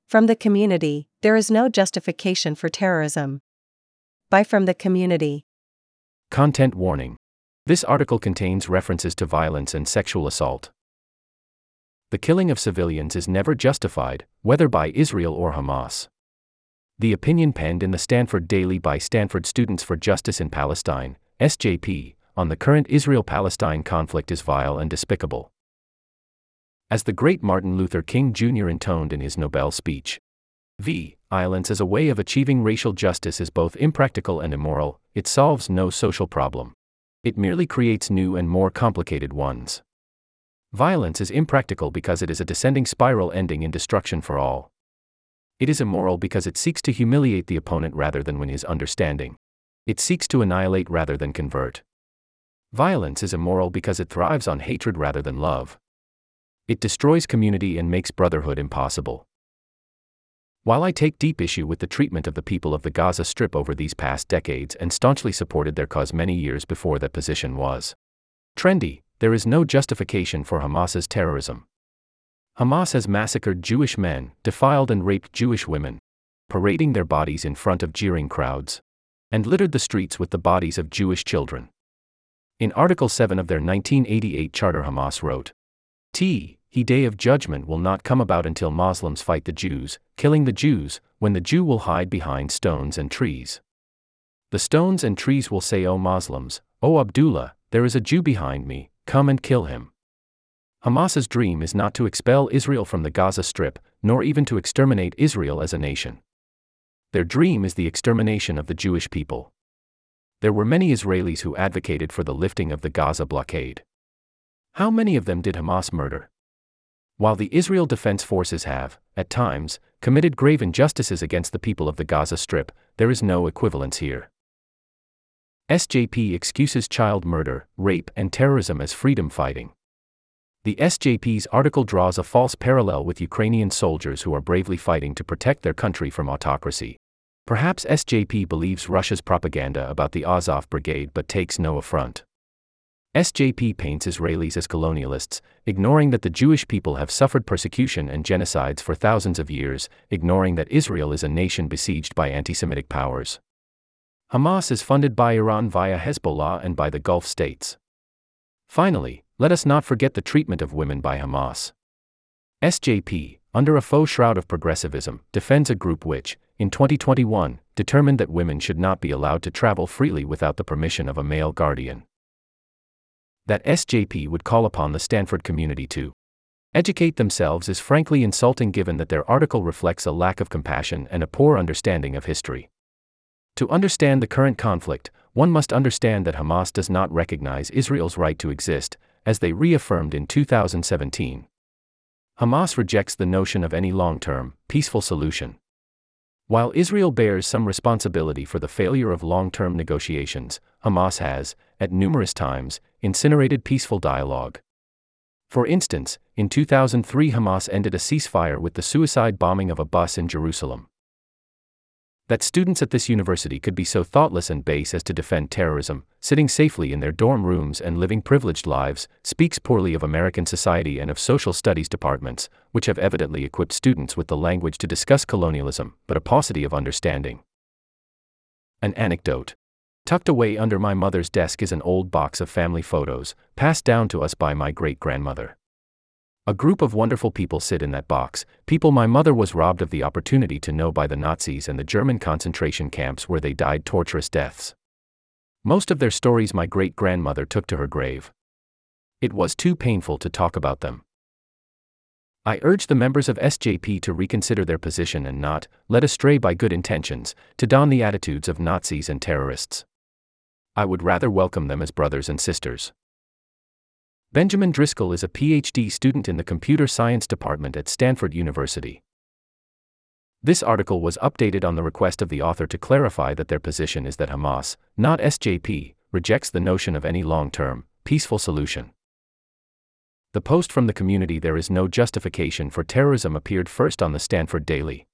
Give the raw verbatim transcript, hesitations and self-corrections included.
From the community, there is no justification for terrorism. By From the Community. Content warning. This article contains references to violence and sexual assault. The killing of civilians is never justified, whether by Israel or Hamas. The opinion penned in the Stanford Daily by Stanford Students for Justice in Palestine, S J P, on the current Israel-Palestine conflict is vile and despicable. As the great Martin Luther King Junior intoned in his Nobel speech, violence as a way of achieving racial justice is both impractical and immoral. It solves no social problem. It merely creates new and more complicated ones. Violence is impractical because it is a descending spiral ending in destruction for all. It is immoral because it seeks to humiliate the opponent rather than win his understanding. It seeks to annihilate rather than convert. Violence is immoral because it thrives on hatred rather than love. It destroys community and makes brotherhood impossible. While I take deep issue with the treatment of the people of the Gaza Strip over these past decades and staunchly supported their cause many years before that position was trendy, there is no justification for Hamas's terrorism. Hamas has massacred Jewish men, defiled and raped Jewish women, parading their bodies in front of jeering crowds, and littered the streets with the bodies of Jewish children. In Article seven of their nineteen eighty-eight charter, Hamas wrote, T. He day of judgment will not come about until Muslims fight the Jews, killing the Jews, when the Jew will hide behind stones and trees. The stones and trees will say, O Muslims, O Abdullah, there is a Jew behind me, come and kill him. Hamas's dream is not to expel Israel from the Gaza Strip, nor even to exterminate Israel as a nation. Their dream is the extermination of the Jewish people. There were many Israelis who advocated for the lifting of the Gaza blockade. How many of them did Hamas murder? While the Israel Defense Forces have, at times, committed grave injustices against the people of the Gaza Strip, there is no equivalence here. S J P excuses child murder, rape, and terrorism as freedom fighting. The S J P's article draws a false parallel with Ukrainian soldiers who are bravely fighting to protect their country from autocracy. Perhaps S J P believes Russia's propaganda about the Azov Brigade but takes no affront. S J P paints Israelis as colonialists, ignoring that the Jewish people have suffered persecution and genocides for thousands of years, ignoring that Israel is a nation besieged by anti-Semitic powers. Hamas is funded by Iran via Hezbollah and by the Gulf states. Finally, let us not forget the treatment of women by Hamas. S J P, under a faux shroud of progressivism, defends a group which, in twenty twenty-one, determined that women should not be allowed to travel freely without the permission of a male guardian. That S J P would call upon the Stanford community to educate themselves is frankly insulting given that their article reflects a lack of compassion and a poor understanding of history. To understand the current conflict, one must understand that Hamas does not recognize Israel's right to exist, as they reaffirmed in two thousand seventeen. Hamas rejects the notion of any long-term, peaceful solution. While Israel bears some responsibility for the failure of long-term negotiations, Hamas has, at numerous times, incinerated peaceful dialogue. For instance, in two thousand three Hamas ended a ceasefire with the suicide bombing of a bus in Jerusalem. That students at this university could be so thoughtless and base as to defend terrorism, sitting safely in their dorm rooms and living privileged lives, speaks poorly of American society and of social studies departments, which have evidently equipped students with the language to discuss colonialism, but a paucity of understanding. An anecdote. Tucked away under my mother's desk is an old box of family photos, passed down to us by my great-grandmother. A group of wonderful people sit in that box, people my mother was robbed of the opportunity to know by the Nazis and the German concentration camps where they died torturous deaths. Most of their stories my great-grandmother took to her grave. It was too painful to talk about them. I urge the members of S J P to reconsider their position and not, led astray by good intentions, to don the attitudes of Nazis and terrorists. I would rather welcome them as brothers and sisters. Benjamin Driscoll is a P H D student in the Computer Science Department at Stanford University. This article was updated on the request of the author to clarify that their position is that Hamas, not S J P, rejects the notion of any long-term, peaceful solution. The post from the community "There is no justification for terrorism" appeared first on the Stanford Daily.